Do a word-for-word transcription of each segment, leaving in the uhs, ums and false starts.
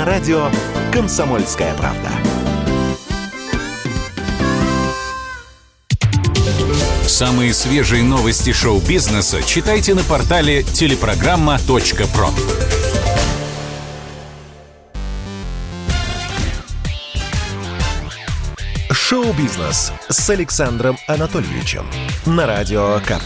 на радио «Комсомольская правда». Самые свежие новости шоу-бизнеса читайте на портале телепрограмма точка про. Шоу-бизнес с Александром Анатольевичем на Радио КП.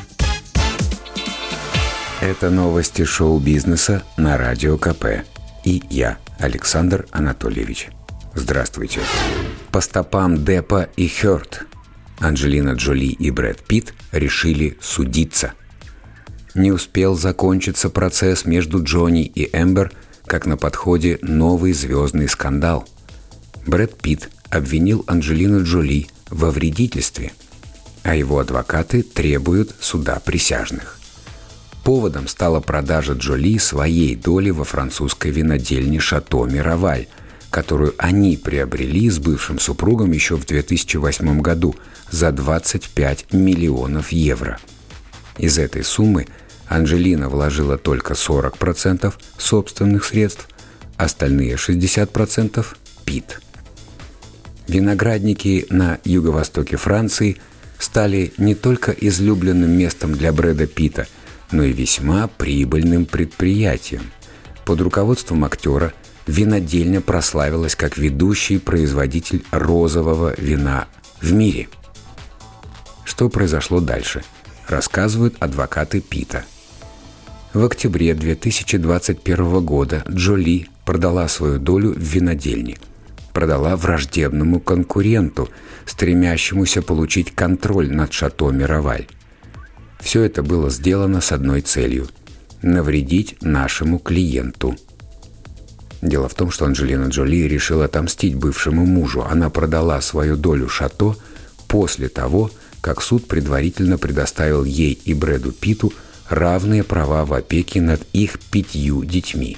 Это новости шоу-бизнеса на Радио КП. И я, Александр Анатольевич. Здравствуйте. По стопам Деппа и Хёрд Анджелина Джоли и Брэд Питт решили судиться. Не успел закончиться процесс между Джонни и Эмбер, как на подходе новый звездный скандал. Брэд Питт обвинил Анджелину Джоли во вредительстве, а его адвокаты требуют суда присяжных. Поводом стала продажа Джоли своей доли во французской винодельне «Шато Мироваль», которую они приобрели с бывшим супругом еще в две тысячи восьмом году за двадцать пять миллионов евро. Из этой суммы Анджелина вложила только сорок процентов собственных средств, остальные шестьдесят процентов – Питт. Виноградники на юго-востоке Франции стали не только излюбленным местом для Брэда Питта, но и весьма прибыльным предприятием. Под руководством актера винодельня прославилась как ведущий производитель розового вина в мире. Что произошло дальше, рассказывают адвокаты Питта. В октябре две тысячи двадцать первого года Джоли продала свою долю в винодельне. Продала враждебному конкуренту, стремящемуся получить контроль над «Шато Мироваль». Все это было сделано с одной целью – навредить нашему клиенту. Дело в том, что Анджелина Джоли решила отомстить бывшему мужу. Она продала свою долю «Шато» после того, как суд предварительно предоставил ей и Брэду Питту равные права в опеке над их пятью детьми.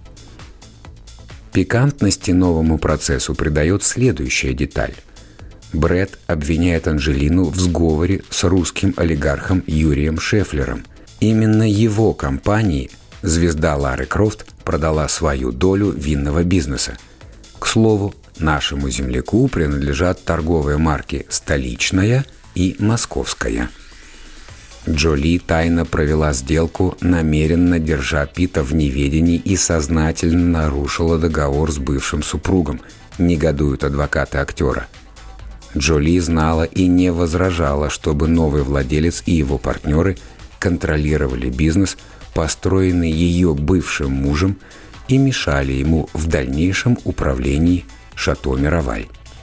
Пикантности новому процессу придает следующая деталь. Брэд обвиняет Анджелину в сговоре с русским олигархом Юрием Шефлером. Именно его компании звезда Лары Крофт продала свою долю винного бизнеса. К слову, нашему земляку принадлежат торговые марки «Столичная» и «Московская». Джоли тайно провела сделку, намеренно держа Питта в неведении, и сознательно нарушила договор с бывшим супругом, негодуют адвокаты актера. Джоли знала и не возражала, чтобы новый владелец и его партнеры контролировали бизнес, построенный ее бывшим мужем, и мешали ему в дальнейшем управлении «Шато Мироваль».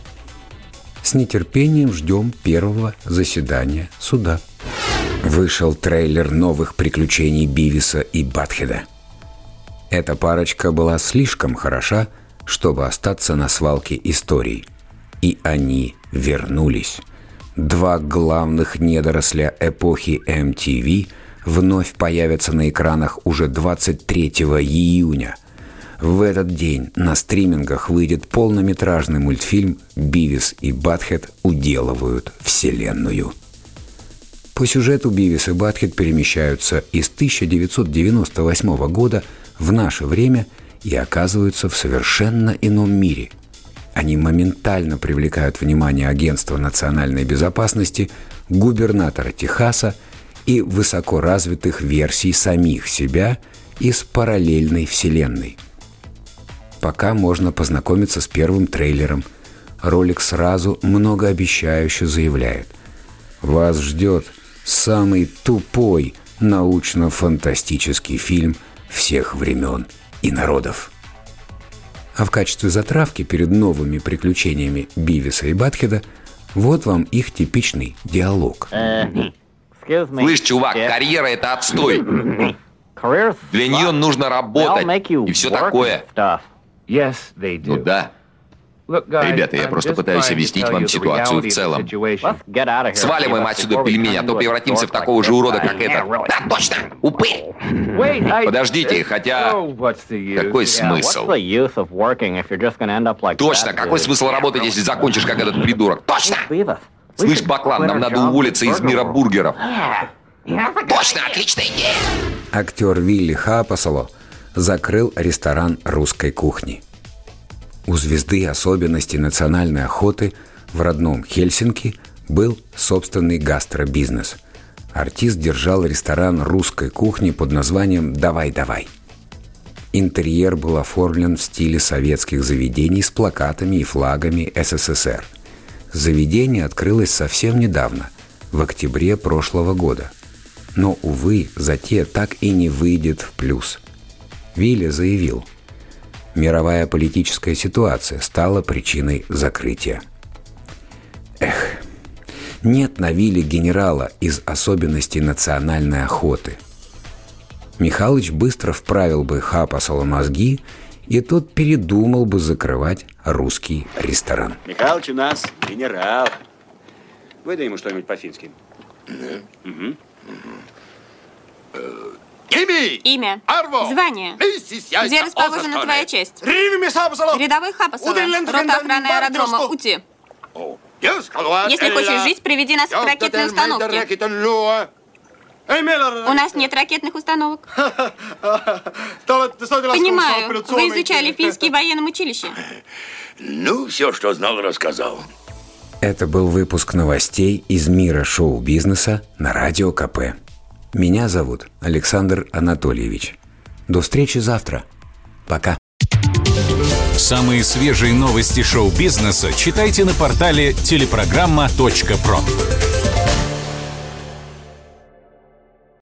С нетерпением ждем первого заседания суда. Вышел трейлер новых приключений Бивиса и Батхеда. Эта парочка была слишком хороша, чтобы остаться на свалке историй. И они вернулись. Два главных недоросля эпохи эм ти ви вновь появятся на экранах уже двадцать третьего июня. В этот день на стримингах выйдет полнометражный мультфильм «Бивис и Батхед уделывают вселенную». По сюжету Бивис и Батхед перемещаются из тысяча девятьсот девяносто восьмого года в наше время и оказываются в совершенно ином мире. Они моментально привлекают внимание Агентства национальной безопасности, губернатора Техаса и высокоразвитых версий самих себя из параллельной вселенной. Пока можно познакомиться с первым трейлером. Ролик сразу многообещающе заявляет: вас ждет самый тупой научно-фантастический фильм всех времен и народов. А в качестве затравки перед новыми приключениями Бивиса и Батхеда вот вам их типичный диалог. Слышь, чувак, карьера — это отстой. Для нее нужно работать и все такое. Ну да. Ребята, я просто пытаюсь объясить вам ситуацию в целом. Сваливаем отсюда, пельмени, а то превратимся в такого же урода, как этот. Да, точно! Упырь! Подождите, хотя... Какой смысл? Точно, какой смысл работать, если закончишь, как этот придурок? Точно! Слышь, Баклан, нам надо уволиться из мира бургеров. Точно, отличная идея! Актер Вилли Хапасало закрыл ресторан русской кухни. У звезды особенностей национальной охоты в родном Хельсинки был собственный гастробизнес. Артист держал ресторан русской кухни под названием «Давай-давай». Интерьер был оформлен в стиле советских заведений с плакатами и флагами эс эс эс эр. Заведение открылось совсем недавно, в октябре прошлого года. Но, увы, затея так и не выйдет в плюс. Вилли заявил, мировая политическая ситуация стала причиной закрытия. Эх, нет на Вилле генерала из особенностей национальной охоты. Михалыч быстро вправил бы Хапасолу мозги, и тот передумал бы закрывать русский ресторан. Михалыч у нас генерал. Выдай ему что-нибудь по-фински. Угу. Имя. Звание. Где расположена твоя часть? Рядовой Хапасова. Рота охраны аэродрома УТИ. Если хочешь жить, приведи нас к ракетной установке. У нас нет ракетных установок. Понимаю, вы изучали финский в военном училище. Ну, все, что знал, рассказал. Это был выпуск новостей из мира шоу-бизнеса на Радио КП. Меня зовут Александр Анатольевич. До встречи завтра. Пока. Самые свежие новости шоу-бизнеса читайте на портале телепрограмма точка про.